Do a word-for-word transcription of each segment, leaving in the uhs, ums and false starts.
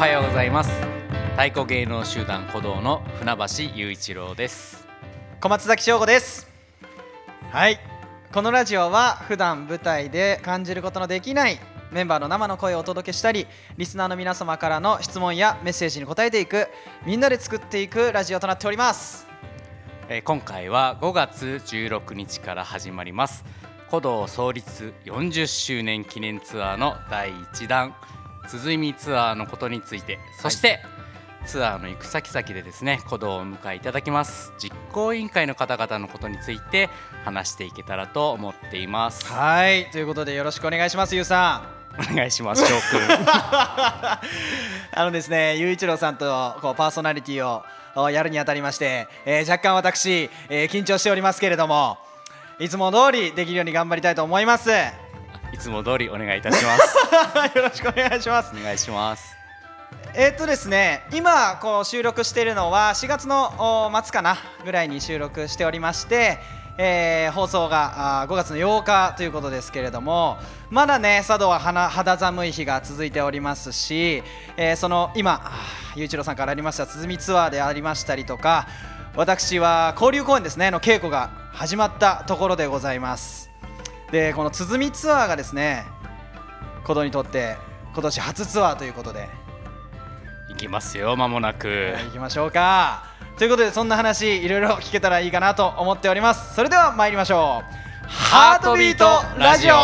はようございます。太鼓芸能集団鼓動の船橋雄一郎です。 小松崎翔吾です。はい、このラジオは普段舞台で感じることのできないメンバーの生の声をお届けしたり、リスナーの皆様からの質問やメッセージに答えていく、みんなで作っていくラジオとなっております。 えー、今回はごがつじゅうろくにちから始まります鼓動創立よんじゅっしゅうねん記念ツアーのだいいちだん鼓ツアーのことについて、そして、はい、ツアーの行く先々でですね、鼓動をお迎えいただきます実行委員会の方々のことについて話していけたらと思っています。 はい、ということでよろしくお願いします。ゆうさんお願いします。翔くんあのですね、ゆういちろうさんとこうパーソナリティをやるにあたりまして、えー、若干私、えー、緊張しておりますけれども、いつも通りできるように頑張りたいと思います。 いつも通りお願いいたしますよろしくお願いします。 お願いします。 えーっとですね、今こう収録しているのはしがつの末かなぐらいに収録しておりまして、えー、放送がごがつのようかということですけれども、まだね佐渡は肌寒い日が続いておりますし、えー、その今雄一郎さんからありました鼓ツアーでありましたりとか、私は交流公演ですねの稽古が始まったところでございます。でこの鼓ツアーがですね、鼓動にとって今年初ツアーということで行きますよ、間もなく。 行きましょうか。ということでそんな話いろいろ聞けたらいいかなと思っております。それでは参りましょう。ハートビートラジオ。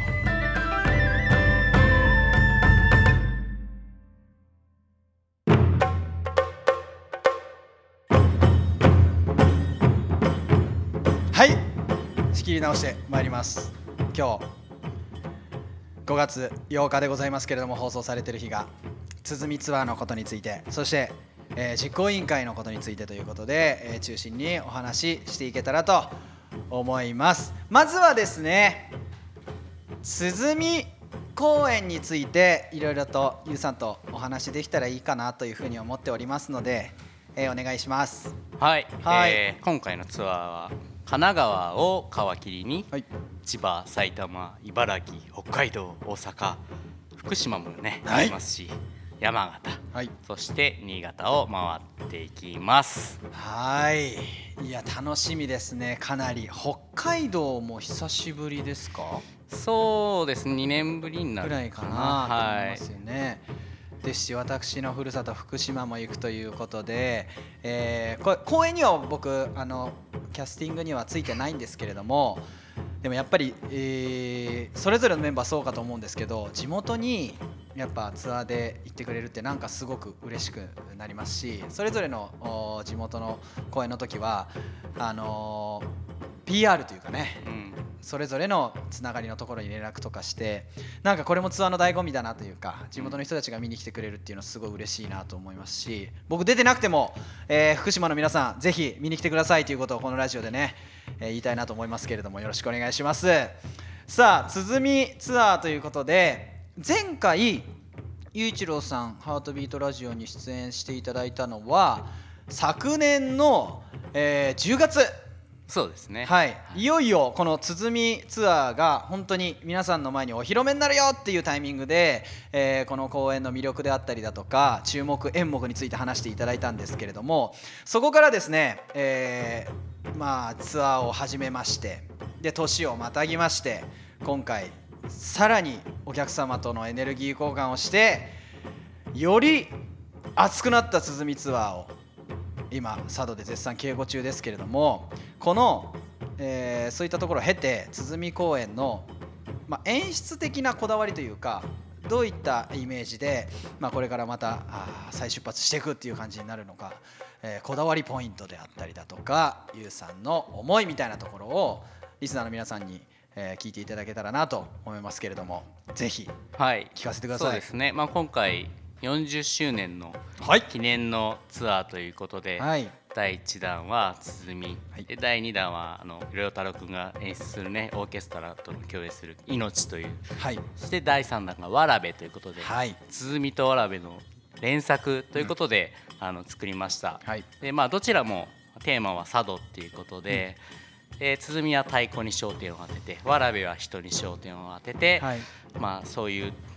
はい、仕切り直して参ります。今日ごがつようかでございますけれども、放送されている日が鼓ツアーのことについて、そして、えー、実行委員会のことについてということで、えー、中心にお話ししていけたらと思います。まずはですね、鼓公演についていろいろとゆうさんとお話できたらいいかなというふうに思っておりますので、えー、お願いします。 はい、はい、えー、今回のツアーは神奈川を皮切りに、はい、千葉、埼玉、茨城、北海道、大阪、福島もね、はい、ありますし、山形、はい、そして新潟を回っていきます。 はい、いや楽しみですね。かなり北海道も久しぶりですか？ そうですね、にねんぶりになるぐらいかなと思いますよね。はい、ですし、私のふるさと福島も行くということで、えー、こ公演には僕あのキャスティングにはついてないんですけれども、でもやっぱり、えー、それぞれのメンバーそうかと思うんですけど、地元にやっぱツアーで行ってくれるってなんかすごく嬉しくなりますし、それぞれの地元の公演の時はあのー、ピーアール というかね、うん、それぞれのつながりのところに連絡とかして、なんかこれもツアーの醍醐味だなというか、地元の人たちが見に来てくれるっていうのはすごい嬉しいなと思いますし、僕出てなくても、えー、福島の皆さんぜひ見に来てくださいということをこのラジオでね、えー、言いたいなと思いますけれども、よろしくお願いします。さあ、鼓ツアーということで、前回雄一郎さんハートビートラジオに出演していただいたのは昨年の、えー、じゅうがつ。 そうですね、 はい、いよいよこの鼓ツアーが本当に皆さんの前にお披露目になるよっていうタイミングで、えー、この公演の魅力であったりだとか注目演目について話していただいたんですけれども、そこからですね、えー、まあツアーを始めまして、で年をまたぎまして、今回さらにお客様とのエネルギー交換をしてより熱くなった鼓ツアーを今佐渡で絶賛稽古中ですけれども、この、えー、そういったところを経て鼓公演の、まあ、演出的なこだわりというか、どういったイメージで、まあ、これからまた再出発していくっていう感じになるのか、えー、こだわりポイントであったりだとか、ゆうさんの思いみたいなところをリスナーの皆さんにえー、聞いていただけたらなと思いますけれども、ぜひ聞かせてください。 はい、そうですね、まあ、今回よんじゅっしゅうねんの記念のツアーということで、はい、だいいちだんは鼓、はい、でだいにだんはあの亮太郎くんが演出するねオーケストラとの共演する命という、はい、そしてだいさんだんがわらべということで、はい、鼓とわらべの連作ということで、うん、あの作りました。はい、でまあ、どちらもテーマは佐渡っていうことで、うん、で鼓は太鼓に焦点を当てて、わらべは人に焦点を当てて、はい、まあ、そういう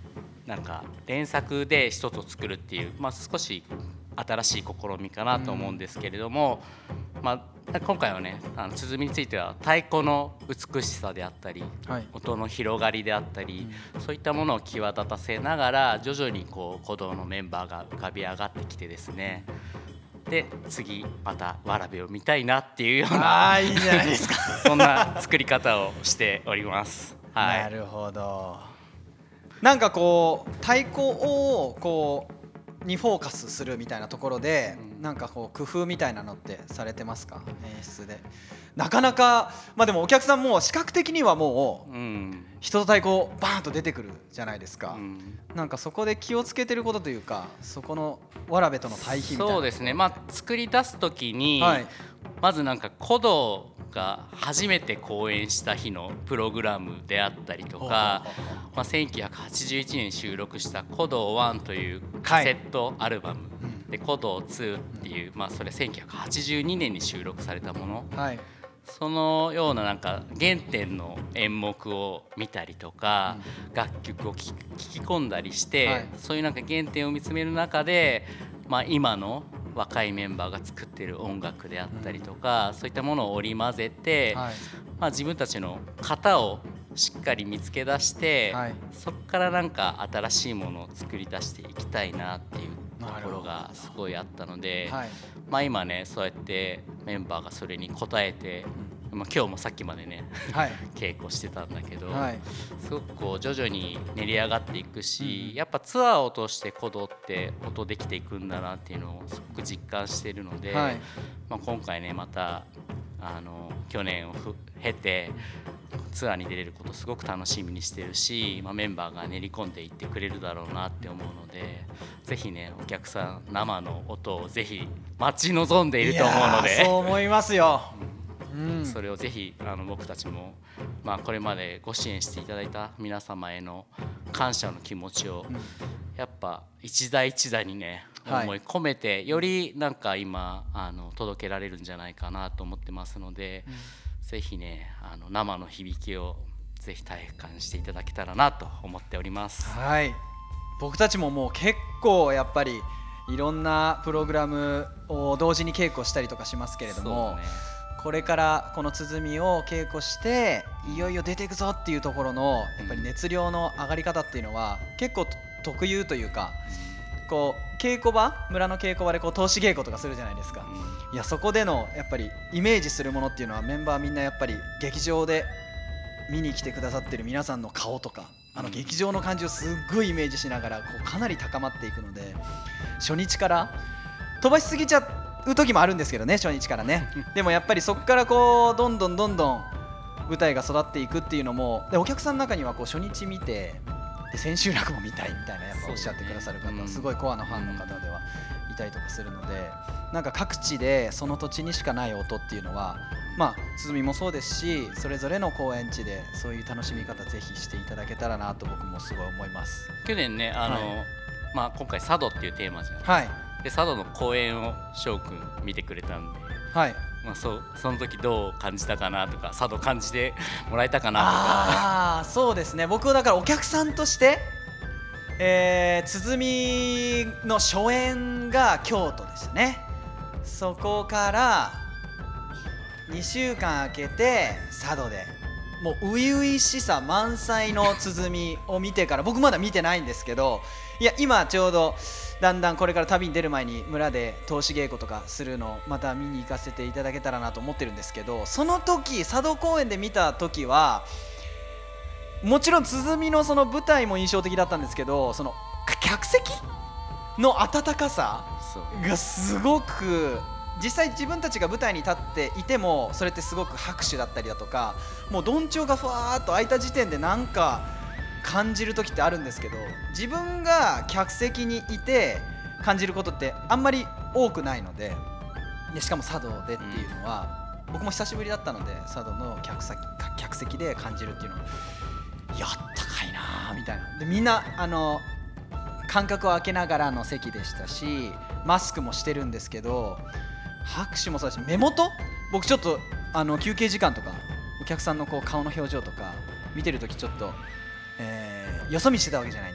なんか連作で一つを作るっていう、まあ、少し新しい試みかなと思うんですけれども、うん、まあ、今回はねあの鼓については太鼓の美しさであったり、はい、音の広がりであったり、うん、そういったものを際立たせながら徐々にこう鼓動のメンバーが浮かび上がってきてですね、で次またわらべを見たいなっていうようなあいいじゃないですかそんな作り方をしております、 はい、なるほど。なんかこう太鼓をこうにフォーカスするみたいなところで、うん、なんかこう工夫みたいなのってされてますか？演出でなかなか、まあでもお客さんも視覚的にはもう、うん、人と太鼓バーンと出てくるじゃないですか、うん、なんかそこで気をつけてることというか、そこのわらべとの対比みたいな。 そうですね、まあ、作り出す時に、はい、まずなんか鼓動が初めて公演した日のプログラムであったりとか、まあ、せんきゅうひゃくはちじゅういちねんに収録した鼓動ワンというカセットアルバム、はい、で鼓動ツーっていう、まあ、それせんきゅうひゃくはちじゅうにねんに収録されたもの、はい、そのようななんか原点の演目を見たりとか、うん、楽曲を聴き込んだりして、はい、そういうなんか原点を見つめる中で、まあ、今の若いメンバーが作っている音楽であったりとか、うん、そういったものを織り交ぜて、はい、まあ、自分たちの型をしっかり見つけ出して、はい、そこからなんか新しいものを作り出していきたいなっていうところがすごいあったので、はい、まあ、今ねそうやってメンバーがそれに応えて、まあ、今日もさっきまでね、はい、稽古してたんだけど、はい、すごくこう徐々に練り上がっていくし、うん、やっぱツアーを通して鼓動って音できていくんだなっていうのをすごく実感しているので、はい、まあ、今回ねまたあの去年を経てツアーに出れることすごく楽しみにしてるし、まあ、メンバーが練り込んでいってくれるだろうなって思うので、ぜひねお客さん生の音をぜひ待ち望んでいると思うので、 そう思いますよ、 うん、それをぜひあの僕たちも、まあ、これまでご支援していただいた皆様への感謝の気持ちを、うん、やっぱ一台一台にね思い込めて、はい、よりなんか今あの届けられるんじゃないかなと思ってますので、うん、ぜひねあの生の響きをぜひ体感していただけたらなと思っております。 はい、僕たちももう結構やっぱりいろんなプログラムを同時に稽古したりとかしますけれども、ね、これからこの鼓を稽古していよいよ出ていくぞっていうところのやっぱり熱量の上がり方っていうのは結構特有というか、こう稽古場村の稽古場でこう通し稽古とかするじゃないですか、うん、いやそこでのやっぱりイメージするものっていうのはメンバーみんなやっぱり劇場で見に来てくださってる皆さんの顔とかあの劇場の感じをすっごいイメージしながらこうかなり高まっていくので、初日から飛ばしすぎちゃう時もあるんですけどね、初日からねでもやっぱりそこからこうどんどんどんどん舞台が育っていくっていうのもで、お客さんの中にはこう初日見てで千秋楽も見たいみたいなやっぱおっしゃってくださる方、ね、うん、すごいコアなファンの方ではいたりとかするので、なんか各地でその土地にしかない音っていうのは、まあ鼓もそうですしそれぞれの公演地でそういう楽しみ方ぜひしていただけたらなと僕もすごい思います。 去年ねあの、はい、まあ、今回佐渡っていうテーマじゃないですか、はい、で佐渡の公演を翔くん見てくれたんで、はい、まあ、そ, その時どう感じたかなとか佐渡感じてもらえたかなとか。 あそうですね、僕はだからお客さんとして、えー、鼓の初演が京都でしたね。そこからにしゅうかん空けて佐渡でもう初々しさ満載の鼓を見てから僕まだ見てないんですけど、いや今ちょうどだんだんこれから旅に出る前に村で通し稽古とかするのをまた見に行かせていただけたらなと思ってるんですけど、その時佐渡公演で見た時はもちろん鼓のその舞台も印象的だったんですけど、その客席の温かさがすごく、実際自分たちが舞台に立っていてもそれってすごく拍手だったりだとか、もうどんちょうがふわーっと開いた時点でなんか感じる時ってあるんですけど、自分が客席にいて感じることってあんまり多くないので、でしかも佐渡でっていうのは、うん、僕も久しぶりだったので佐渡の客席、客席で感じるっていうのはやったかいなみたいな。でみんなあの間隔を空けながらの席でしたしマスクもしてるんですけど、拍手もそうだし目元、僕ちょっとあの休憩時間とかお客さんのこう顔の表情とか見てるときちょっと、えー、よそ見してたわけじゃないんですけど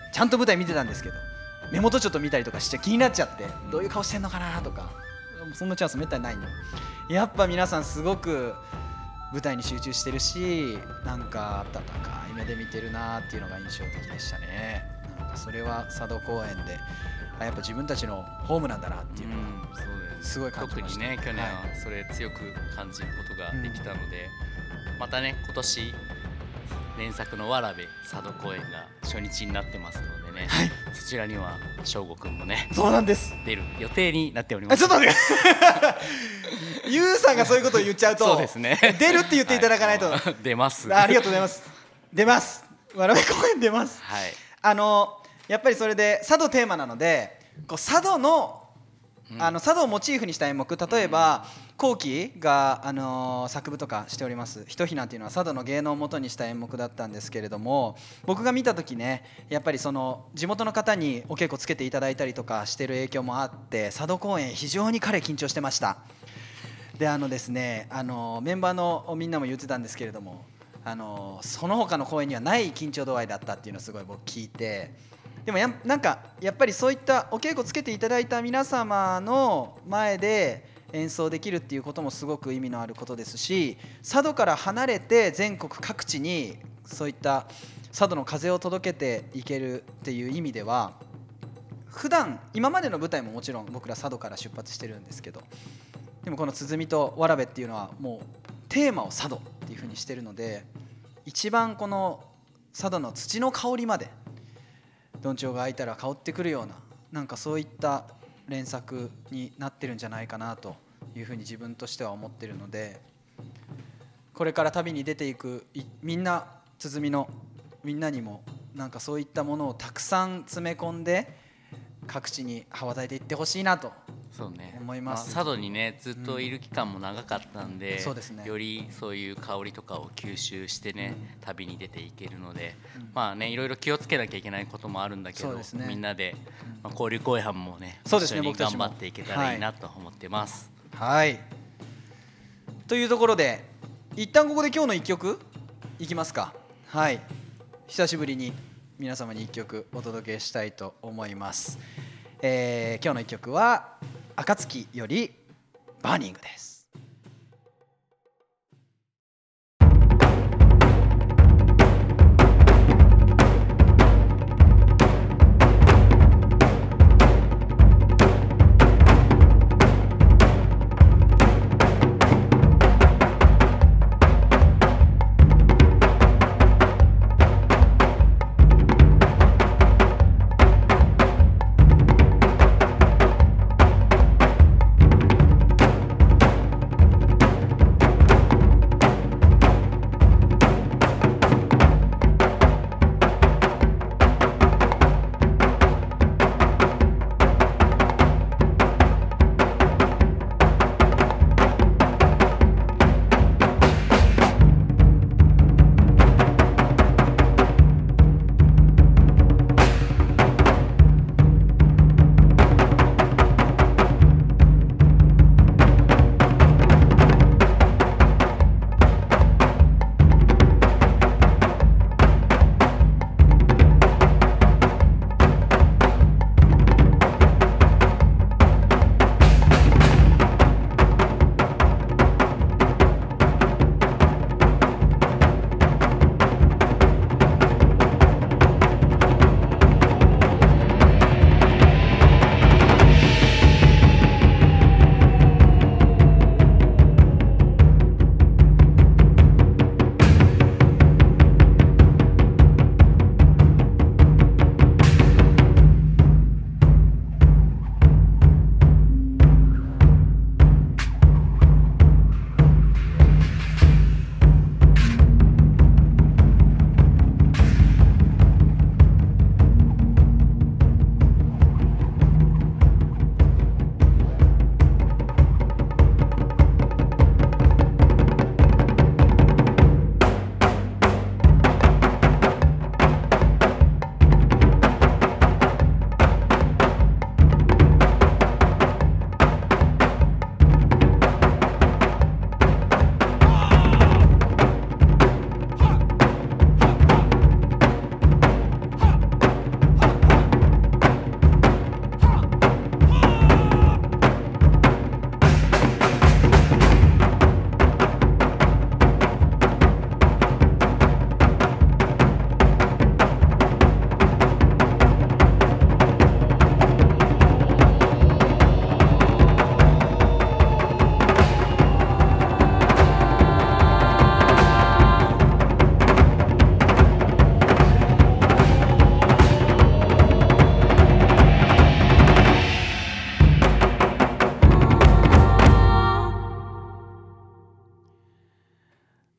ちゃんと舞台見てたんですけど目元ちょっと見たりとかして気になっちゃってどういう顔してんのかなとかそんなチャンスめったにないの。やっぱ皆さんすごく舞台に集中してるしなんか温かい目で見てるなっていうのが印象的でしたね。なんかそれは佐渡公園でやっぱ自分たちのホームなんだなっていうのがすごい感じました。 特にね去年はそれ強く感じることができたので、うん、またね今年連作のわらべ佐渡公演が初日になってますのでね、はい、そちらには翔吾くんもねそうなんです出る予定になっております。 ちょっと待ってゆうさんがそういうことを言っちゃうとそうですね出るって言っていただかないと、はい、 出ますありがとうございます出ますわらべ公演出ます、 はい、 あのやっぱりそれで佐渡テーマなのでこう佐渡のあの佐渡をモチーフにした演目例えば後期が、あのー、作舞とかしておりますひとひなんていうのは佐渡の芸能をもとにした演目だったんですけれども僕が見た時ねやっぱりその地元の方にお稽古つけていただいたりとかしてる影響もあって佐渡公演非常に彼緊張してました。であのですね、あのー、メンバーのみんなも言ってたんですけれども、あのー、その他の公演にはない緊張度合いだったっていうのをすごい僕聞いてでもやなんかやっぱりそういったお稽古つけていただいた皆様の前で演奏できるっていうこともすごく意味のあることですし佐渡から離れて全国各地にそういった佐渡の風を届けていけるっていう意味では普段今までの舞台ももちろん僕ら佐渡から出発してるんですけどでもこの鼓とわらべっていうのはもうテーマを佐渡っていう風にしてるので一番この佐渡の土の香りまでどんちょうが開いたら香ってくるようななんかそういった連作になってるんじゃないかなというふうに自分としては思ってるのでこれから旅に出ていくみんな鼓のみんなにもなんかそういったものをたくさん詰め込んで各地に羽ばたいていってほしいなとそうね、 思います。 まあ、佐渡にねずっといる期間も長かったんで、 うんそうですね、 よりそういう香りとかを吸収してね、うん、旅に出ていけるので、うん、まあねいろいろ気をつけなきゃいけないこともあるんだけど、ね、みんなで、まあ、交流公演もね一緒に頑張っていけたらいいなと思ってます。 はい、はい、というところで一旦ここで今日のいっきょくいきますか。はい、久しぶりに皆様にいっきょくお届けしたいと思います。えー、今日のいっきょくは暁よりバーニングです。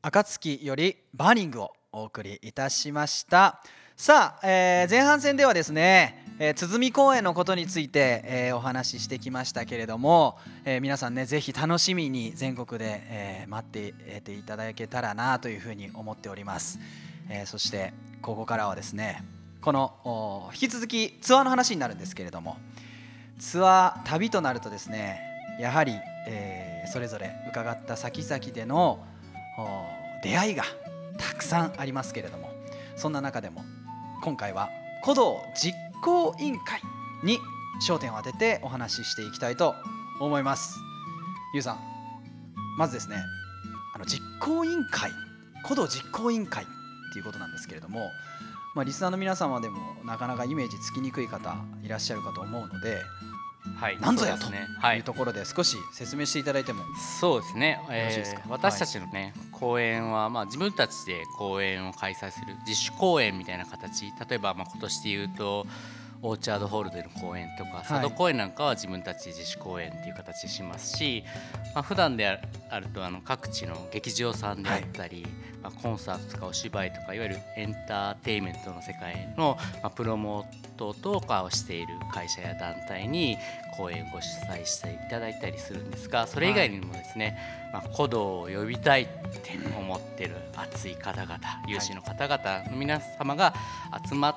暁よりバーニングをお送りいたしました。さあ、えー、前半戦ではですね、えー、鼓公演のことについて、えー、お話ししてきましたけれども、えー、皆さんねぜひ楽しみに全国で、えー、待っていていただけたらなというふうに思っております。えー、そしてここからはですねこの引き続きツアーの話になるんですけれども、ツアー旅となるとですねやはり、えー、それぞれ伺った先々での出会いがたくさんありますけれども、そんな中でも今回は鼓動実行委員会に焦点を当ててお話ししていきたいと思います。ゆうさん、まずですねあの実行委員会、鼓動実行委員会っていうことなんですけれども、まあ、リスナーの皆様でもなかなかイメージつきにくい方いらっしゃるかと思うので、はい、何ぞやというところで少し説明していただいても。 そうですね、えー、私たちのね、はい、公演は、まあ、自分たちで公演を開催する自主公演みたいな形、例えばまあ今年でいうとオーチャードホールでの公演とか、佐渡公演なんかは自分たちで自主公演っていう形しますし、まあ、普段であるとあの各地の劇場さんであったり、はい、まあ、コンサートとかお芝居とかいわゆるエンターテインメントの世界の、まあ、プロモートとかをしている会社や団体に公演をご主催していただいたりするんですが、それ以外にもですね、はい、まあ、鼓動を呼びたいって思ってる熱い方々、有志の方々の皆様が集まって、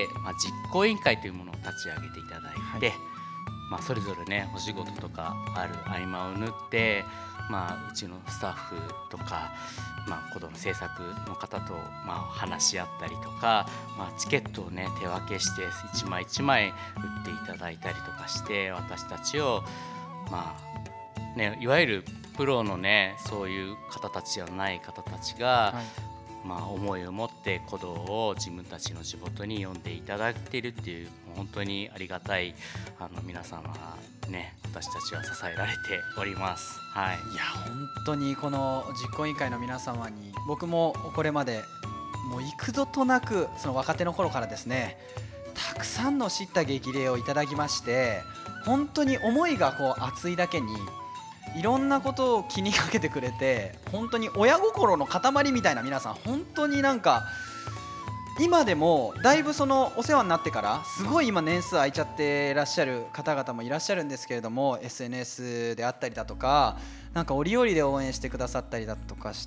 まあ、実行委員会というものを立ち上げていただいて、はい、まあ、それぞれねお仕事とかある合間を縫って、まあ、うちのスタッフとか、まあ、鼓動の制作の方とまあ話し合ったりとか、まあ、チケットをね手分けして一枚一枚売っていただいたりとかして、私たちをまあねいわゆるプロのねそういう方たちじゃない方たちが、はい、まあ、思いを持って鼓動を自分たちの地元に呼んでいただいているっていう、本当にありがたいあの皆様ね、私たちは支えられております。はい、 いや本当にこの実行委員会の皆様に僕もこれまでもう幾度となくその若手の頃からですねたくさんの叱咤激励をいただきまして、本当に思いがこう熱いだけにいろんなことを気にかけてくれて、本当に親心の塊みたいな皆さん、本当になんか今でもだいぶそのお世話になってからすごい今年数空いちゃっていらっしゃる方々もいらっしゃるんですけれども、 エスエヌエス であったりだとか、なんか折々で応援してくださったりだとかして、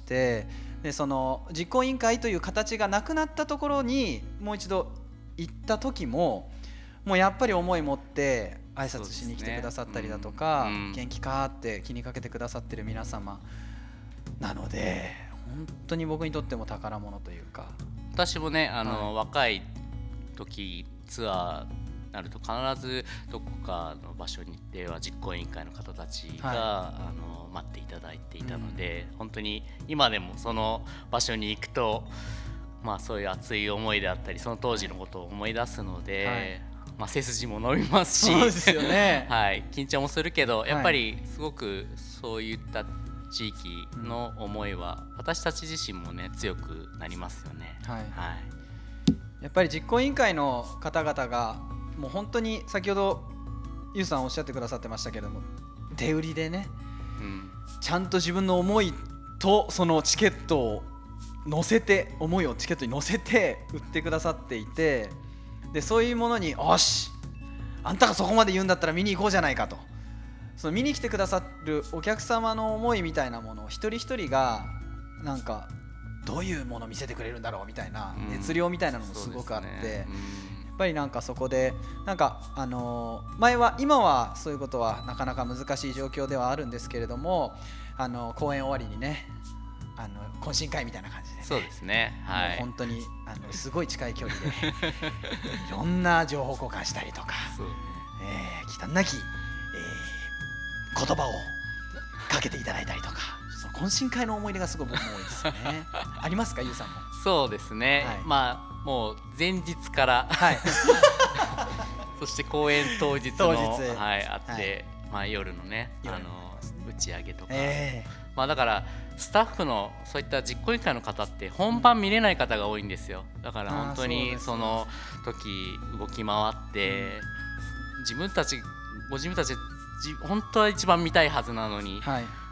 でその実行委員会という形がなくなったところにもう一度行った時も、もうやっぱり思い持って挨拶しに来てくださったりだとか、ね、うん、元気かって気にかけてくださってる皆様なので、本当に僕にとっても宝物というか。 私もねあの、はい、若い時ツアーになると必ずどこかの場所にでは実行委員会の方たちが、はい、あの待っていただいていたので、うん、本当に今でもその場所に行くと、まあ、そういう熱い思いであったりその当時のことを思い出すので、はい、まあ、背筋も伸びますし、 そうですよねはい、緊張もするけどやっぱりすごくそういった地域の思いは私たち自身もね強くなりますよね。はいはい、 やっぱり実行委員会の方々がもう本当に先ほどゆうさんおっしゃってくださってましたけれども、手売りでね、うん、ちゃんと自分の思いとそのチケットを載せて、思いをチケットに載せて売ってくださっていて、でそういうものにおしあんたがそこまで言うんだったら見に行こうじゃないかと、その見に来てくださるお客様の思いみたいなものを一人一人がなんかどういうものを見せてくれるんだろうみたいな熱量みたいなのもすごくあって、うん、ね、うん、やっぱりなんかそこでなんかあの前は今はそういうことはなかなか難しい状況ではあるんですけれども、あの公演終わりにねあの懇親会みたいな感じで、ね、 そうですね、はい、 本当にあのすごい近い距離でいろんな情報交換したりとか、そうね、えー、忌憚なき、えー、言葉をかけていただいたりとか、その懇親会の思い出がすごい僕も多いですよねありますか、ゆうさんも。 そうですね、はい、まあもう前日から、はい、そして公演当日の当日、はい、あって、はい、まあ、夜のね、あの打ち上げとか、えーまあ、だからスタッフのそういった実行委員会の方って本番見れない方が多いんですよ。だから本当にその時動き回って自分たちご自分たち本当は一番見たいはずなのに、はい、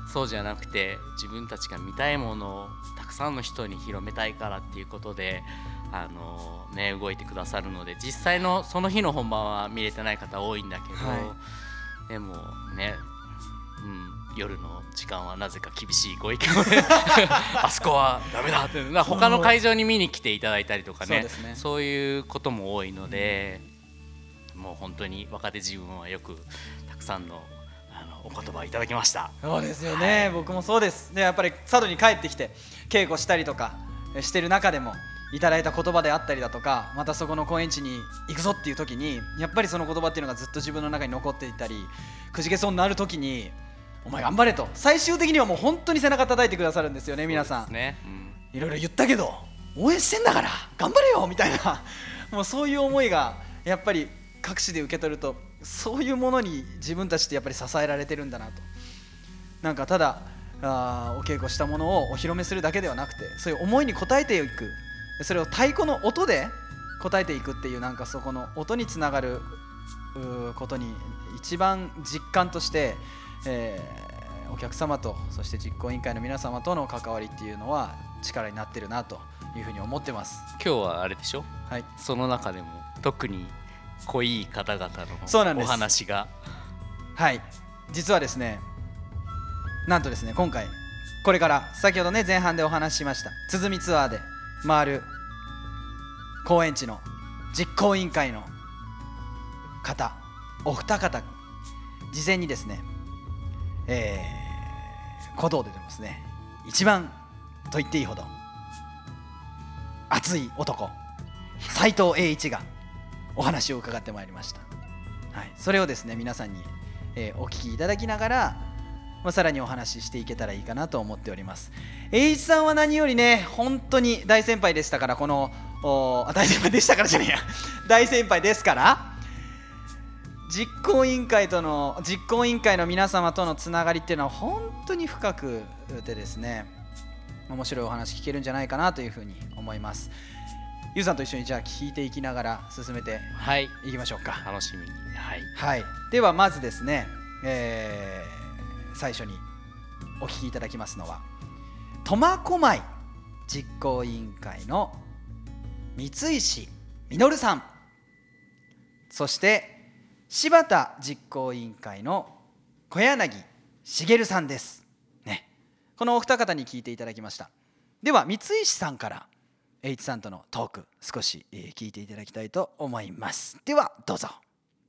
そうじゃなくて自分たちが見たいものをたくさんの人に広めたいからっていうことであの、ね、動いてくださるので、実際のその日の本番は見れてない方多いんだけど、はい、でもね、うん、夜の時間はなぜか厳しいご意見をあそこはダメだって他の会場に見に来ていただいたりとか ね, そうですね、そういうことも多いので、うん、もう本当に若手自分はよくたくさんのお言葉いただきました。 そうですよね、はい、僕もそうです。でやっぱり佐渡に帰ってきて稽古したりとかしてる中でもいただいた言葉であったりだとか、またそこの公演地に行くぞっていう時にやっぱりその言葉っていうのがずっと自分の中に残っていたり、くじけそうになる時にお前頑張れと、最終的にはもう本当に背中叩いてくださるんですよね。皆さん、ね、うん、いろいろ言ったけど応援してんだから頑張れよみたいなもうそういう思いがやっぱり各地で受け取ると、そういうものに自分たちってやっぱり支えられてるんだなと。なんかただあお稽古したものをお披露目するだけではなくて、そういう思いに応えていく、それを太鼓の音で応えていくっていう、なんかそこの音につながることに一番実感として、えー、お客様とそして実行委員会の皆様との関わりっていうのは力になってるなというふうに思ってます。 今日はあれでしょ、はい、その中でも特に濃い方々のお話が、 はい、実はですね、なんとですね、今回これから先ほどね前半でお話ししました鼓ツアーで回る公演地の実行委員会の方お二方、事前にですね、えー、鼓動でですね一番と言っていいほど熱い男斉藤栄一がお話を伺ってまいりました。はい、それをですね皆さんに、えー、お聞きいただきながら、まあ、さらにお話ししていけたらいいかなと思っております。栄一さんは何よりね本当に大先輩でしたから、このあ大先輩でしたからじゃねえや大先輩ですから、実行委員会との実行委員会の皆様とのつながりっていうのは本当に深くてですね、面白いお話聞けるんじゃないかなというふうに思います。ゆうさんと一緒にじゃあ聞いていきながら進めていきましょうか。 はい、楽しみに、はいはい、ではまずですね、えー、最初にお聞きいただきますのは苫小牧実行委員会の三石実さん、そして柴田実行委員会の小柳茂さんです、ね、このお二方に聞いていただきました。では三石さんから栄一さんとのトーク少し聞いていただきたいと思います。ではどうぞ。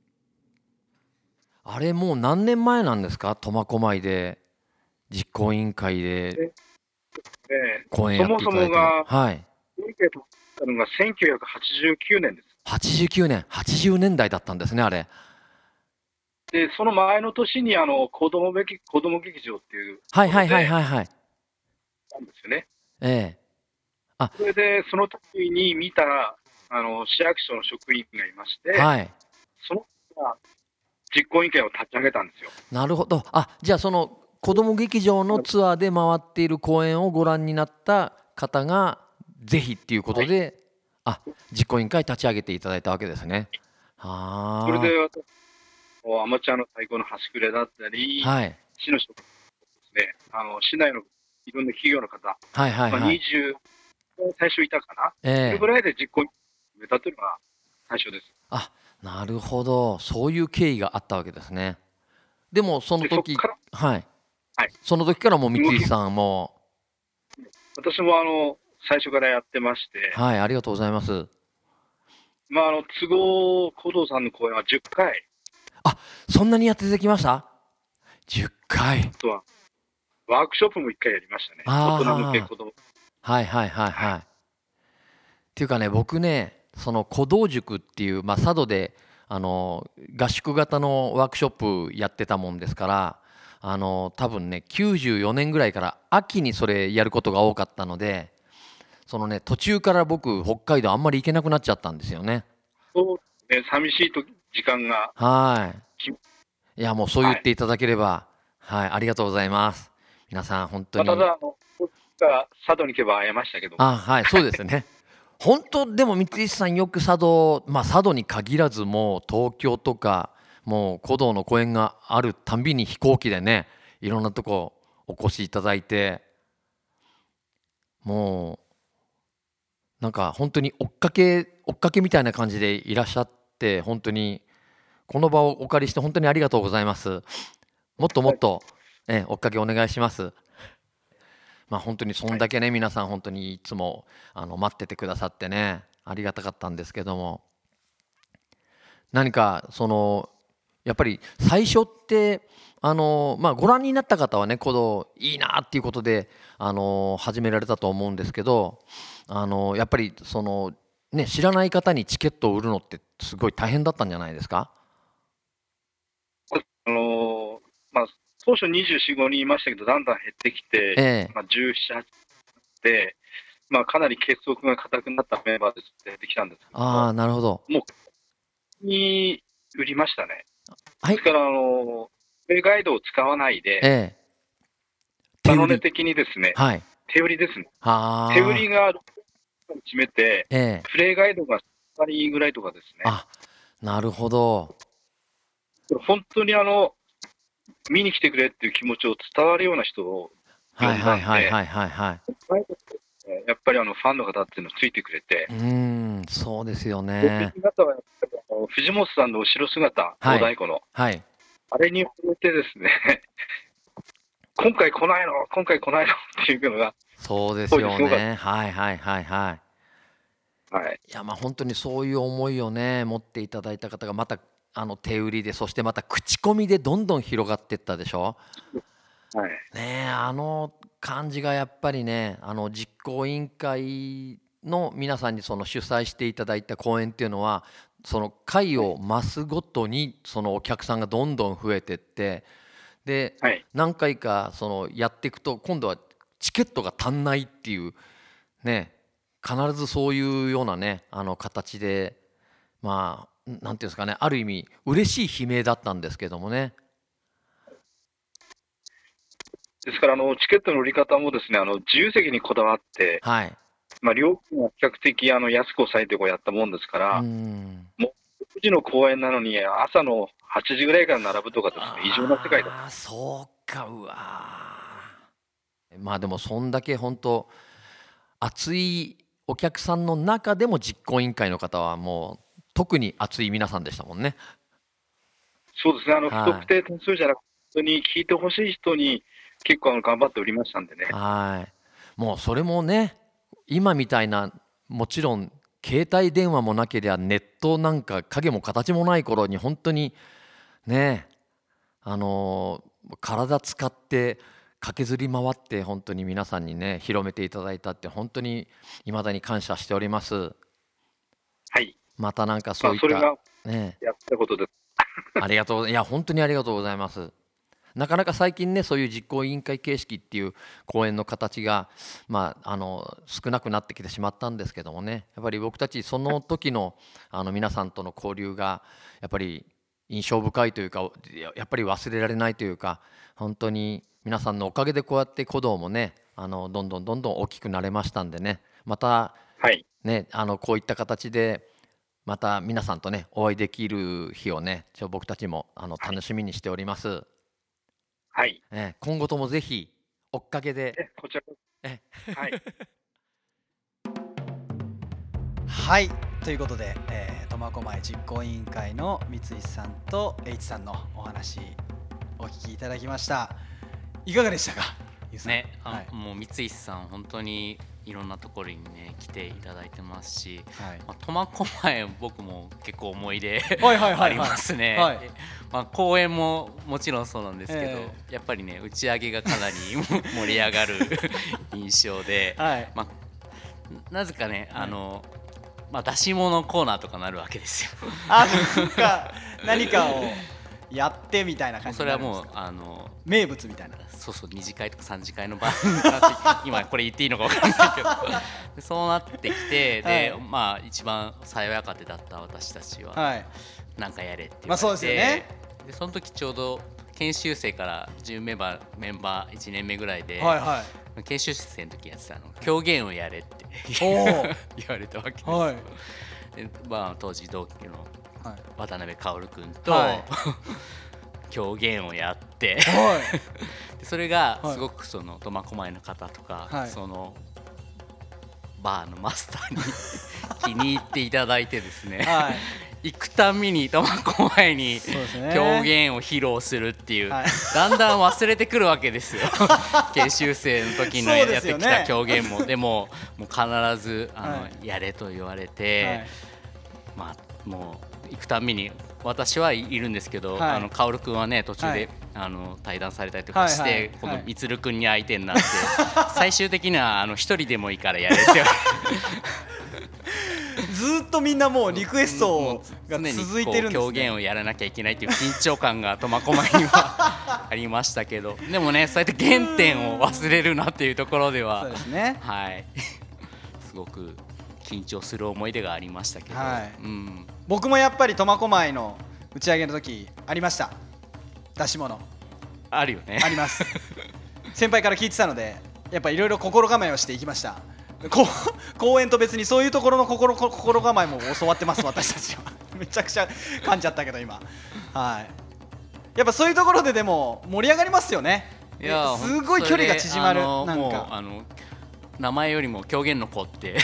あれもう何年前なんですか、苫小牧で実行委員会で講演やっていただいて。そもそもが、はい、 たのがせんきゅうひゃくはちじゅうきゅうねんです。 はちじゅうきゅうねん、はちじゅうねんだいだったんですね、あれ。 でその前の年にあの子どもべき子ども劇場っていうはいはいはいはいはいなんですよね。 ええ、 あそれでその時に見たあの市役所の職員がいまして、はい、その人が実行委員会を立ち上げたんですよ。 なるほど。あ、じゃあその子ども劇場のツアーで回っている公演をご覧になった方がぜひっていうことで、はい、あ実行委員会立ち上げていただいたわけですね。はそれで私アマチュアの太鼓の端くれだったり、はい、市の職員ですね、あの市内のいろんな企業の方、はいはいはい、まあ、にじゅう最初いたかな、えー、それぐらいで実行委員会を決めたというのが最初です。 あ、なるほど、そういう経緯があったわけですね。でもその時そはい、はい、その時からもう三石さんも私もあの最初からやってまして、 はい、ありがとうございます。 まああの都合小道さんの公演はじゅっかい。 あ、そんなにやっていただきました。じゅっかい。 あとはワークショップもいっかいやりましたね。大人向け子供。 はいはいはいはい。はい、っていうかね、僕ね、その鼓動塾っていう、まあ、佐渡であの合宿型のワークショップやってたもんですから、あの多分ねきゅうじゅうよねんぐらいから秋にそれやることが多かったので、そのね途中から僕北海道あんまり行けなくなっちゃったんですよね。 そうね、寂しいと時間が。 はい。いやもうそう言っていただければ、はい、はい、ありがとうございます。皆さん本当に。 まただあの佐渡に行けば会えましたけど。 あ、はい、そうですね。本当でも三石さんよく佐渡、まあ佐渡に限らずもう東京とかもう鼓動の公演があるたんびに飛行機でねいろんなとこお越しいただいて、もうなんか本当に追っかけ追っかけみたいな感じでいらっしゃって、本当にこの場をお借りして本当にありがとうございます。もっともっと、え追っかけお願いします。まあ本当にそんだけね、皆さん本当にいつもあの待っててくださってね、ありがたかったんですけども、何かそのやっぱり最初ってあのまあご覧になった方はね、鼓動いいなっていうことであの始められたと思うんですけど、あのやっぱりそのね、知らない方にチケットを売るのってすごい大変だったんじゃないですか？ あのまあ当初にじゅうよん、ごにんいましたけど、だんだん減ってきて、ええまあ、じゅうなな、はちで、まあ、かなり結束が固くなったメンバーで出てきたんですけど、 ああ、なるほど。 もう、に売りましたね。はい、ですから、あの、ガイドを使わないで、ええ、手売り的にですね、はい、手売りですね。手売りが占めて、ええ、プレイガイドがさんわりぐらいとかですね。 あ、なるほど。 本当にあの、見に来てくれっていう気持ちを伝わるような人を呼んだんで、はいはいはいはいはい。やっぱりあのファンの方っていうのついてくれて、 うん、そうですよね。 藤本さんの後ろ姿、大太鼓の、はい、あれに触れてですね、今回来ないの、今回来ないのっていうのが、 そうですよね。はいはいはいはい。はい、いやまあ本当にそういう思いをね持っていただいた方がまたあの手売りで、そしてまた口コミでどんどん広がっていったでしょ。はい、ねえ、あの感じがやっぱりね、あの実行委員会の皆さんにその主催していただいた公演っていうのは、その回を増すごとにそのお客さんがどんどん増えてって、で、はい、何回かそのやっていくと今度はチケットが足んないっていうね、必ずそういうようなねあの形で、まあなんていうんですかね、ある意味嬉しい悲鳴だったんですけどもね。 ですからあのチケットの売り方もですね、あの自由席にこだわって、はい、まあ、料金は比較的あの安く抑えてこうやったもんですから、うんもうろくじの公演なのに朝のはちじぐらいから並ぶとかですね、異常な世界だ。 ああ、そうか、うわ。まあでもそんだけ本当熱いお客さんの中でも実行委員会の方はもう特に熱い皆さんでしたもんね。 そうですね、あの不特定点数じゃなくて、に聞いてほしい人に結構あの頑張っておりましたんでね。 はい、もうそれもね、今みたいなもちろん携帯電話もなければネットなんか影も形もない頃に本当にね、あのー、体使って駆けずり回って本当に皆さんにね広めていただいたって、本当に未だに感謝しております。 はい。 またなんかそういった、まあ、 それがやったことです。 ありがとう、いや本当にありがとうございます。なかなか最近ね、そういう実行委員会形式っていう公演の形が、まあ、あの少なくなってきてしまったんですけどもね、やっぱり僕たちその時のあの皆さんとの交流がやっぱり印象深いというか、やっぱり忘れられないというか、本当に皆さんのおかげでこうやって鼓動もね、あのどんどんどんどん大きくなれましたんでね、また、はいね、あのこういった形でまた皆さんとねお会いできる日をね、ちょ僕たちもあの楽しみにしております。はい、え今後ともぜひ追っかけで、 えこちらえはい、 はい、ということで、えー、苫小牧実行委員会の三井さんと H さんのお話お聞きいただきました。いかがでしたか？ ね、あ、はい、もう三井さん本当にいろんなところにね来ていただいてますし、苫小牧僕も結構思い出ありますね。まあ公演ももちろんそうなんですけど、えー、やっぱりね打ち上げがかなり盛り上がる印象で、はい、まあなぜかね、はい、あのまあ出し物コーナーとかなるわけですよ。 あ、なんか何かをやってみたいな感じ。 それはもうあの名物みたいな。 そうそう、に次会とかさん次会の場今これ言っていいのか分かんないけどそうなってきて、で、はい、まあ一番さやか手だった私たちは、はい、なんかやれって言われて、まあ、そうですよね。でその時ちょうど研修生から準メンバーメンバーいちねんめぐらいで、はいはい、研修生の時やってたの狂言をやれって言われたわけです、はい、でまあ、当時同期の渡辺薫君と、はい、狂言をやって 、はい、それがすごくその苫小牧の方とか、はい、そのバーのマスターに気に入っていただいてですね、はい、行くたびに苫小牧に狂言を披露するっていう、はい、だんだん忘れてくるわけですよ研修生の時のやってきた狂言も で,、ね、でももう必ずあの、はい、やれと言われて、はい、まあもう行くたびに私はいるんですけど、はい、あの薫君はね途中で、はい、あの対談されたりとかして、はいはい、このみつる君に相手になって、はい、最終的にはあの一人でもいいからやれってずっとみんなもうリクエストが続いてるんですね。 狂言をやらなきゃいけないっていう緊張感が苫小牧にはありましたけどでもねそうやって原点を忘れるなっていうところではそうですね、 はい、すごく緊張する思い出がありましたけど、はい、うん、 僕もやっぱり苫小牧の打ち上げの時ありました。出し物あるよね。 あります先輩から聞いてたのでやっぱいろいろ心構えをしていきました。公演と別にそういうところの 心, 心構えも教わってます私たちはめちゃくちゃ噛んじゃったけど今、はい、やっぱそういうところででも盛り上がりますよね。いやすごい距離が縮まる。 あなんかもうあの名前よりも狂言の子って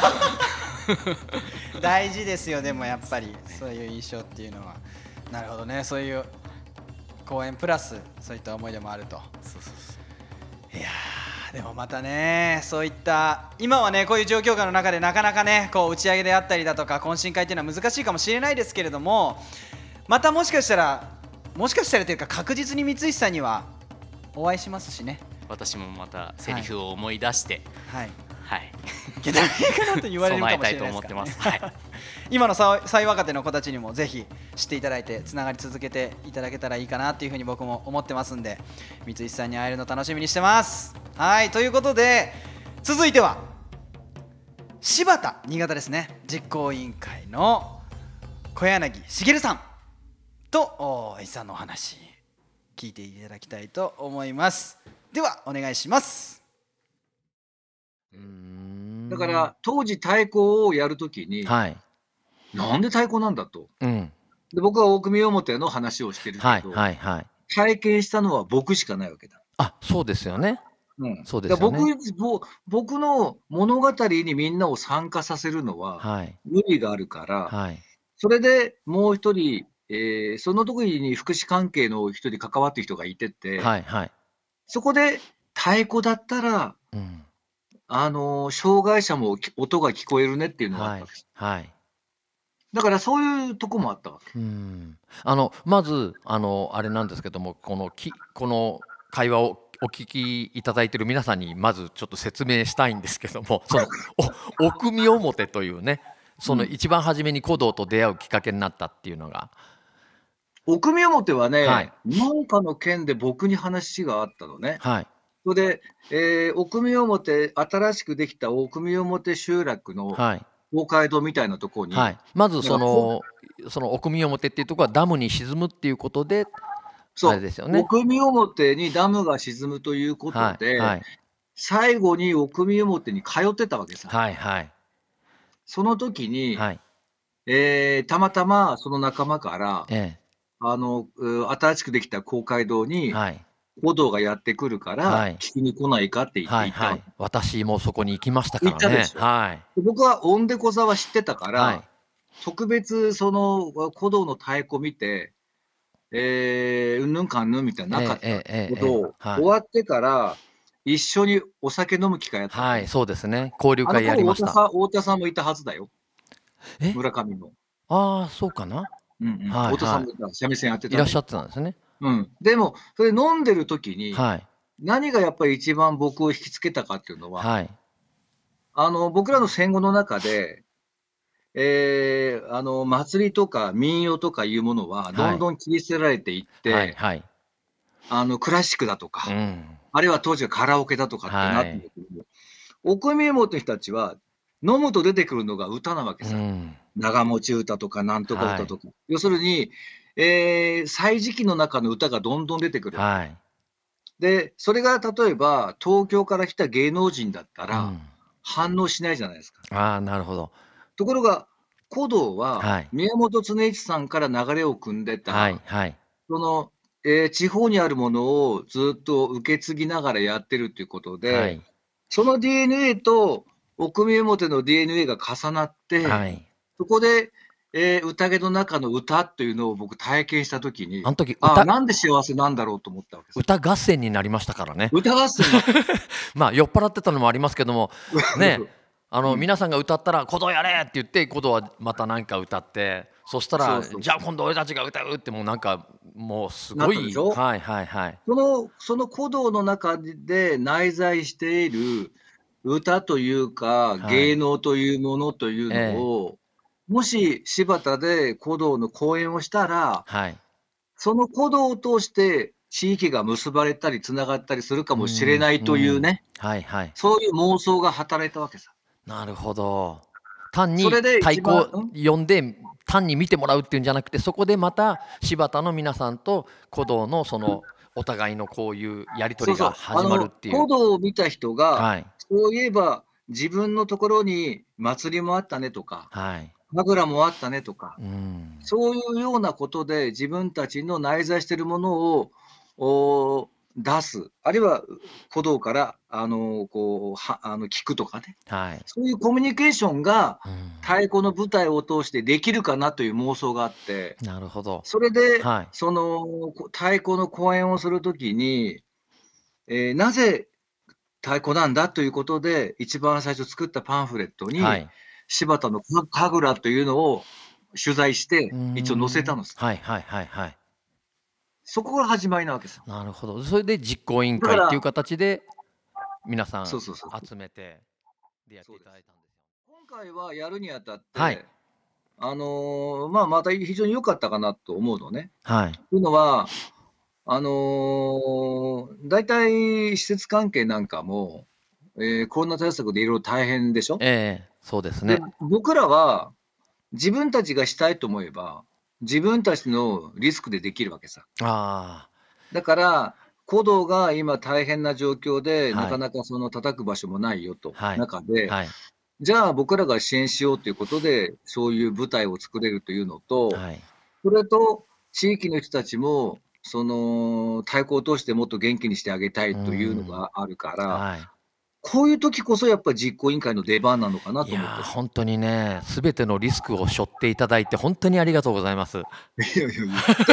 大事ですよ。でもやっぱりそういう印象っていうのはなるほどね。そういう公演プラスそういった思い出もあると。そうそうそう。いやでもまたねそういった今はねこういう状況下の中でなかなかねこう打ち上げであったりだとか懇親会っていうのは難しいかもしれないですけれどもまたもしかしたらもしかしたらというか確実に光石さんにはお会いしますしね。 私もまたセリフを思い出してはいはい、 いけないかなと言われるかもしれないですからね。備えたいと思ってます、はい、今の最若手の子たちにもぜひ知っていただいてつながり続けていただけたらいいかなというふうに僕も思ってますんで光石さんに会えるの楽しみにしてます。はい、ということで続いては柴田新潟ですね実行委員会の小柳茂さんと石さんのお話聞いていただきたいと思います。ではお願いします。 うーんだから当時太鼓をやるときに、はい、なんで太鼓なんだと、うん、で僕は大組表の話をしてるけど、はいはいはい、体験したのは僕しかないわけだ。 あ、そうですよね。うん、そうですよね。 僕、僕の物語にみんなを参加させるのは無理があるから、はい、それでもう一人、えー、その時に福祉関係の人に関わってる人がいてて、はいはい、そこで太鼓だったら、うん、あの障害者も音が聞こえるねっていうのがあったわけです、はいはい、だからそういうとこもあったわけ。 うんあのまずあのあれなんですけどもこのきこの会話をお聞きいただいている皆さんにまずちょっと説明したいんですけどもそのおお組表というねその一番初めに鼓童と出会うきっかけになったっていうのが、 お組表はね、はい、なんかの件で僕に話があったのね。はい、それで、えー、お組表新しくできたお組表集落の公会堂みたいなところに、はい、 まずそのそのお組表っていうところはダムに沈むっていうことでそうですよね。お組表にダムが沈むということで、はいはい、最後にお組表に通ってたわけさ。はいはい、その時に、はいえー、たまたまその仲間から、ええ、あの新しくできた公会堂に、はい、鼓童がやってくるから、はい、聞きに来ないかって言っていた、はいはい、 私もそこに行きましたからね。行ったでしょ、はい、 僕はオンデコ座は知ってたから、はい、特別その鼓童の太鼓見てえー、うんぬんかんぬんみたいななかったことを、終わってから一緒にお酒飲む機会やった。 はい、そうですね。交流会やりました。 あの頃太田さんもいたはずだよ。村上の。 ああ、そうかな。 うんうん。はい、太田さんもいた、三味線やってた。 いらっしゃってたんですね。 うん。でもそれ飲んでる時に、はい、何がやっぱり一番僕を引きつけたかっていうのは、はい、あの僕らの戦後の中で。えー、あの祭りとか民謡とかいうものはどんどん切り捨てられていって、はいはい、あのクラシックだとか、うん、あるいは当時はカラオケだとかってなってるけど、はい、お組表の人たちは飲むと出てくるのが歌なわけさ、うん、長持ち歌とかなんとか歌とか、はい、要するに、えー、歳時記の中の歌がどんどん出てくる、はい、でそれが例えば東京から来た芸能人だったら、うん、反応しないじゃないですか。 あー、なるほど。 ところが鼓童は宮本常一さんから流れを組んでた、はいはい、そのえー、地方にあるものをずっと受け継ぎながらやってるということで、はい、その ディーエヌエー と奥見表の ディーエヌエー が重なって、はい、そこで、えー、宴の中の歌というのを僕体験したときに、 あの時歌あ、なんで幸せなんだろうと思ったわけです。 歌合戦になりましたからね。 歌合戦まあ酔っ払ってたのもありますけどもね、あの、うん、皆さんが歌ったら「鼓動やれ!」って言って鼓動はまた何か歌って、そしたらそうそうじゃあ今度俺たちが歌うってもうなんかもうすごい、はいはいはい、 そのその鼓動の中で内在している歌というか、はい、芸能というものというのを、えー、もし柴田で鼓動の講演をしたら、はい、その鼓動を通して地域が結ばれたりつながったりするかもしれないというね、はいはい、そういう妄想が働いたわけさ。 なるほど。単に太鼓を呼んで単に見てもらうっていうんじゃなくて、そこでまた柴田の皆さんと鼓動のそのお互いのこういうやり取りが始まるっていう。 鼓動を見た人が、はい、そういえば自分のところに祭りもあったねとか、はい、神楽もあったねとか、うん、そういうようなことで自分たちの内在しているものを出す、あるいは鼓動からあのこうはあの聞くとかね、はい、そういうコミュニケーションが太鼓の舞台を通してできるかなという妄想があって、 なるほど。 それで、はい、その太鼓の講演をするときに、えー、なぜ太鼓なんだということで一番最初作ったパンフレットに、はい、柴田の神楽というのを取材して一応載せたのです。 はいはいはいはい。 そこが始まりなわけですよ。 なるほど。それで実行委員会っていう形で皆さん集めてでやっていただいたんですよ。 今回はやるにあたって、はい、あのー、まあまた非常に良かったかなと思うのね。はい。というのはあのー、大体施設関係なんかも、えー、コロナ対策でいろいろ大変でしょ。 ええー、そうですね。 で僕らは自分たちがしたいと思えば。自分たちのリスクでできるわけさ。あだから鼓動が今大変な状況で、はい、なかなかその叩く場所もないよと、はい、中で、はい、じゃあ僕らが支援しようということでそういう舞台を作れるというのと、はい、それと地域の人たちもその太鼓を通してもっと元気にしてあげたいというのがあるから。こういう時こそやっぱり実行委員会の出番なのかなと思って。いや本当にね、すべてのリスクを背負っていただいて本当にありがとうございます。いやいやい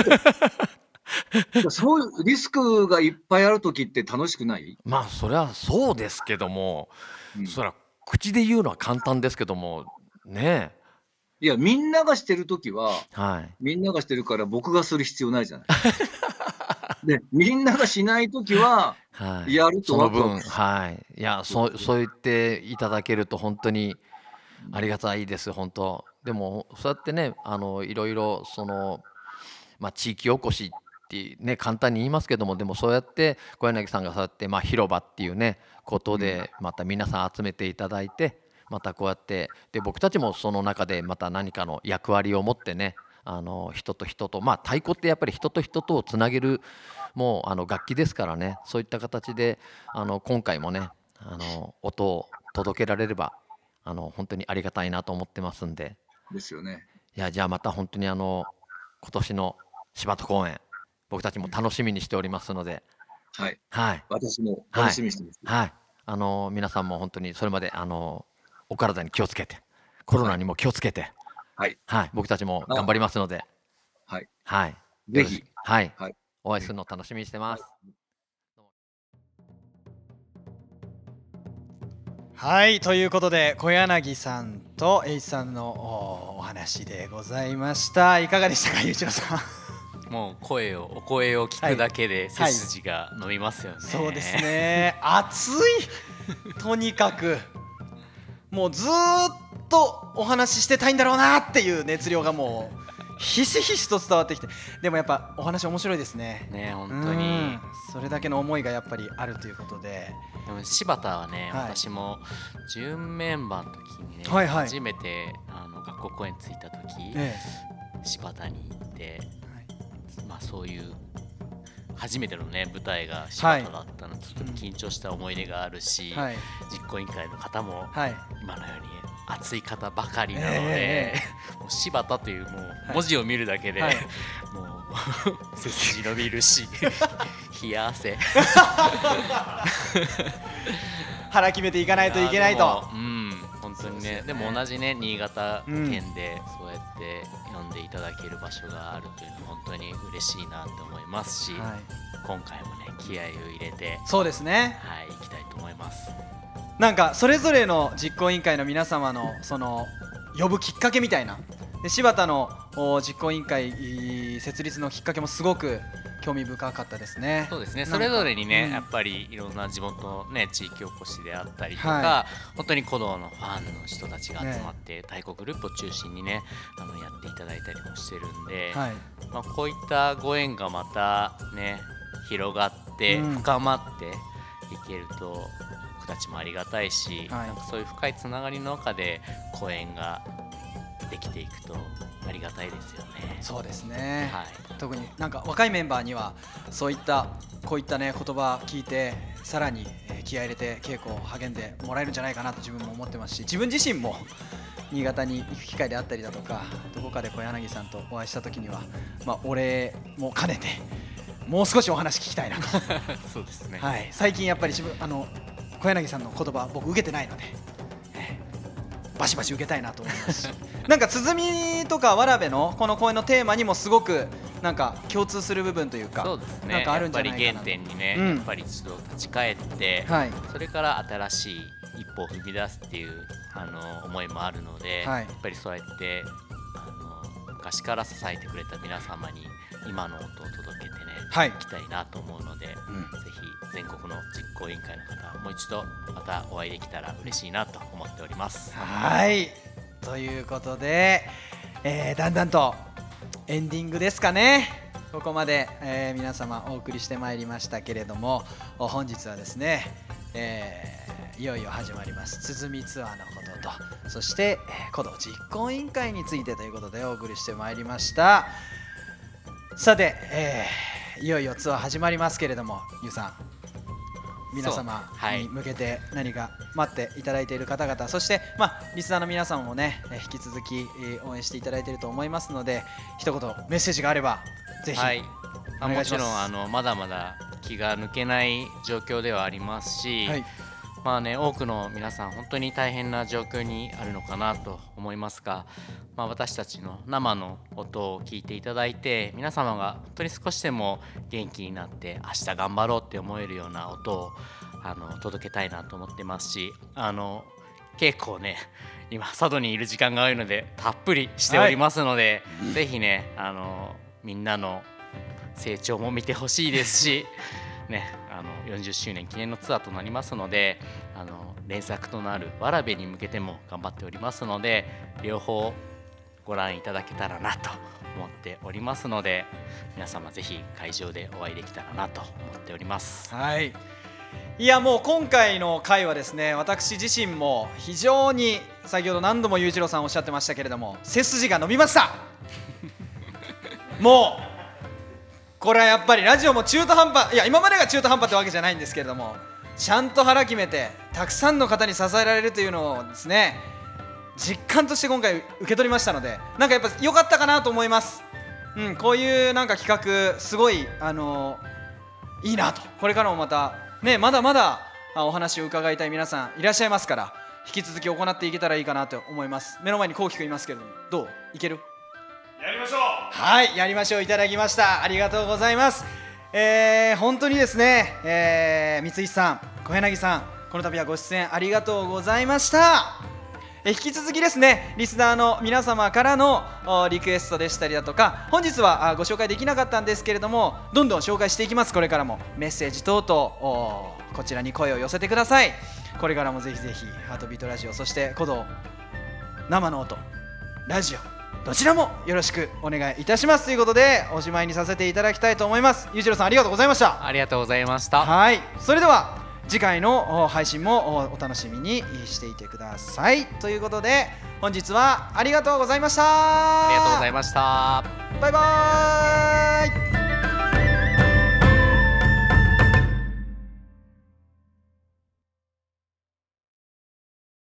やそういうリスクがいっぱいある時って楽しくない？ まあそれはそうですけども、うん、それは口で言うのは簡単ですけどもね。 いやみんながしてる時は、はい、みんながしてるから僕がする必要ないじゃない。でみんながしないときはやるとワクワク、その分、はい、いやそうそう言っていただけると本当にありがたいです本当。でもそうやってねあのいろいろその、まあ、地域おこしってね簡単に言いますけども、でもそうやって小柳さんがそうやって、まあ、広場っていうねことでまた皆さん集めていただいて、またこうやってで僕たちもその中でまた何かの役割を持ってね、あの人と人と、まあ太鼓ってやっぱり人と人とをつなげるもうあの楽器ですからね、そういった形であの今回もねあの音を届けられればあの本当にありがたいなと思ってますんで。 ですよね。 いやじゃあまた本当にあの今年の柴田公演僕たちも楽しみにしておりますので、 はい、はい、私も楽しみにしてます、 はいはい、あの皆さんも本当にそれまであのお体に気をつけてコロナにも気をつけて、はいはい、僕たちも頑張りますので、 はい、 はい、 ぜひ、 はい、はい、お会いするのを楽しみにしてます。 はい、ということで小柳さんと栄一さんの お, お話でございました。いかがでしたか、ゆういちろうさん。 もう声をお声を聞くだけで背筋が伸びますよね、 はいはい、そうですね。熱いとにかくもうずっとお話ししてたいんだろうなっていう熱量がもうひしひしと伝わってきて、でもやっぱお話面白いですね。 ね本当にそれだけの思いがやっぱりあるということで。 でも柴田はね、はい、私も準メンバーの時にね、 はいはい、 初めてあの学校公演着いた時、ええ、柴田に行って、はい、まあそういう初めてのね舞台が柴田だったので、はい、ちょっと緊張した思い出があるし、はい、実行委員会の方も今のように熱い方ばかりなので、えー、もう柴田というもう文字を見るだけで、はい、もう背筋伸びるし冷や汗腹決めていかないといけないと。 うん、本当に ね, ねでも同じね新潟県でそうやって呼んでいただける場所があるというのは本当に嬉しいなと思いますし、はい、今回もね気合を入れてそうですね、 はい、行きたいと思います。 なんかそれぞれの実行委員会の皆様のその呼ぶきっかけみたいなで柴田の実行委員会設立のきっかけもすごく興味深かったですね。 そうですね、それぞれにね、うん、やっぱりいろんな地元の、ね、地域おこしであったりとか、はい、本当に鼓動のファンの人たちが集まって、ね、太鼓グループを中心にねあのやっていただいたりもしてるんで、はい、まあ、こういったご縁がまたね広がって深まっていけると、僕たちもありがたいし、はい、なんかそういう深いつながりの中で公演ができていくとありがたいですよね。 そうですね、はい、特になんか若いメンバーにはそういったこういったね言葉聞いてさらに気合い入れて稽古を励んでもらえるんじゃないかなと自分も思ってますし、自分自身も新潟に行く機会であったりだとかどこかで小柳さんとお会いした時には、まあ、お礼も兼ねてもう少しお話聞きたいなとそうですね、 はい、最近やっぱり自分あの小柳さんの言葉僕受けてないのでバシバシ受けたいなと思いますしなんか鼓とか蕨のこの公演のテーマにもすごくなんか共通する部分というか、 そうですね、 なんかあるんじゃないかな。 やっぱり原点にね、うん、やっぱり一度立ち返って、はい、それから新しい一歩を踏み出すっていうあの思いもあるので、はい、やっぱりそうやってあの昔から支えてくれた皆様に今の音を届けてね、はい、いきたいなと思うので、うん、ぜひ全国の実行委員会の方もう一度またお会いできたら嬉しいなと思っております。 はいということで、えー、だんだんとエンディングですかね。ここまで、えー、皆様お送りしてまいりましたけれども、本日はですね、えー、いよいよ始まります鼓ツアーのことと、そして鼓動実行委員会についてということでお送りしてまいりました。さて、えー、いよいよツアー始まりますけれども、ゆうさん皆様に向けて何か待っていただいている方々、そして、まあ、リスナーの皆さんもね引き続き応援していただいていると思いますので、一言メッセージがあればぜひ、はい、お願いします。 もちろんあのまだまだ気が抜けない状況ではありますし、はい、まあね、多くの皆さん本当に大変な状況にあるのかなと思いますが、まあ、私たちの生の音を聞いていただいて皆様が本当に少しでも元気になって明日頑張ろうって思えるような音をあの届けたいなと思ってますし、あの稽古をね今佐渡にいる時間が多いのでたっぷりしておりますので、はい、ぜひねあのみんなの成長も見てほしいですしね、あのよんじゅっしゅうねん記念のツアーとなりますので、あの連作となる蕨に向けても頑張っておりますので、両方ご覧いただけたらなと思っておりますので、皆様ぜひ会場でお会いできたらなと思っております。 はい、いやもう今回の回はですね、私自身も非常に先ほど何度も裕次郎さんおっしゃってましたけれども背筋が伸びましたもうこれはやっぱりラジオも中途半端、いや今までが中途半端ってわけじゃないんですけれども、ちゃんと腹決めてたくさんの方に支えられるというのをですね実感として今回受け取りましたので、なんかやっぱ良かったかなと思います。うん、こういうなんか企画すごいあのいいなと、これからもまたねまだまだお話を伺いたい皆さんいらっしゃいますから、引き続き行っていけたらいいかなと思います。目の前にこうきくんいますけれども、どういける？ やりましょう。 はいやりましょう。いただきました。ありがとうございます。えー、本当にですね、えー、三石さん小柳さんこの度はご出演ありがとうございました。え引き続きですねリスナーの皆様からのリクエストでしたりだとか、本日はご紹介できなかったんですけれどもどんどん紹介していきます。これからもメッセージ等々こちらに声を寄せてください。これからもぜひぜひハートビートラジオ、そして鼓動生の音ラジオどちらもよろしくお願いいたしますということでおしまいにさせていただきたいと思います。裕次郎さんありがとうございました。 ありがとうございました。 はい、それでは次回の配信もお楽しみにしていてくださいということで本日はありがとうございました。 ありがとうございました。 バイバーイ。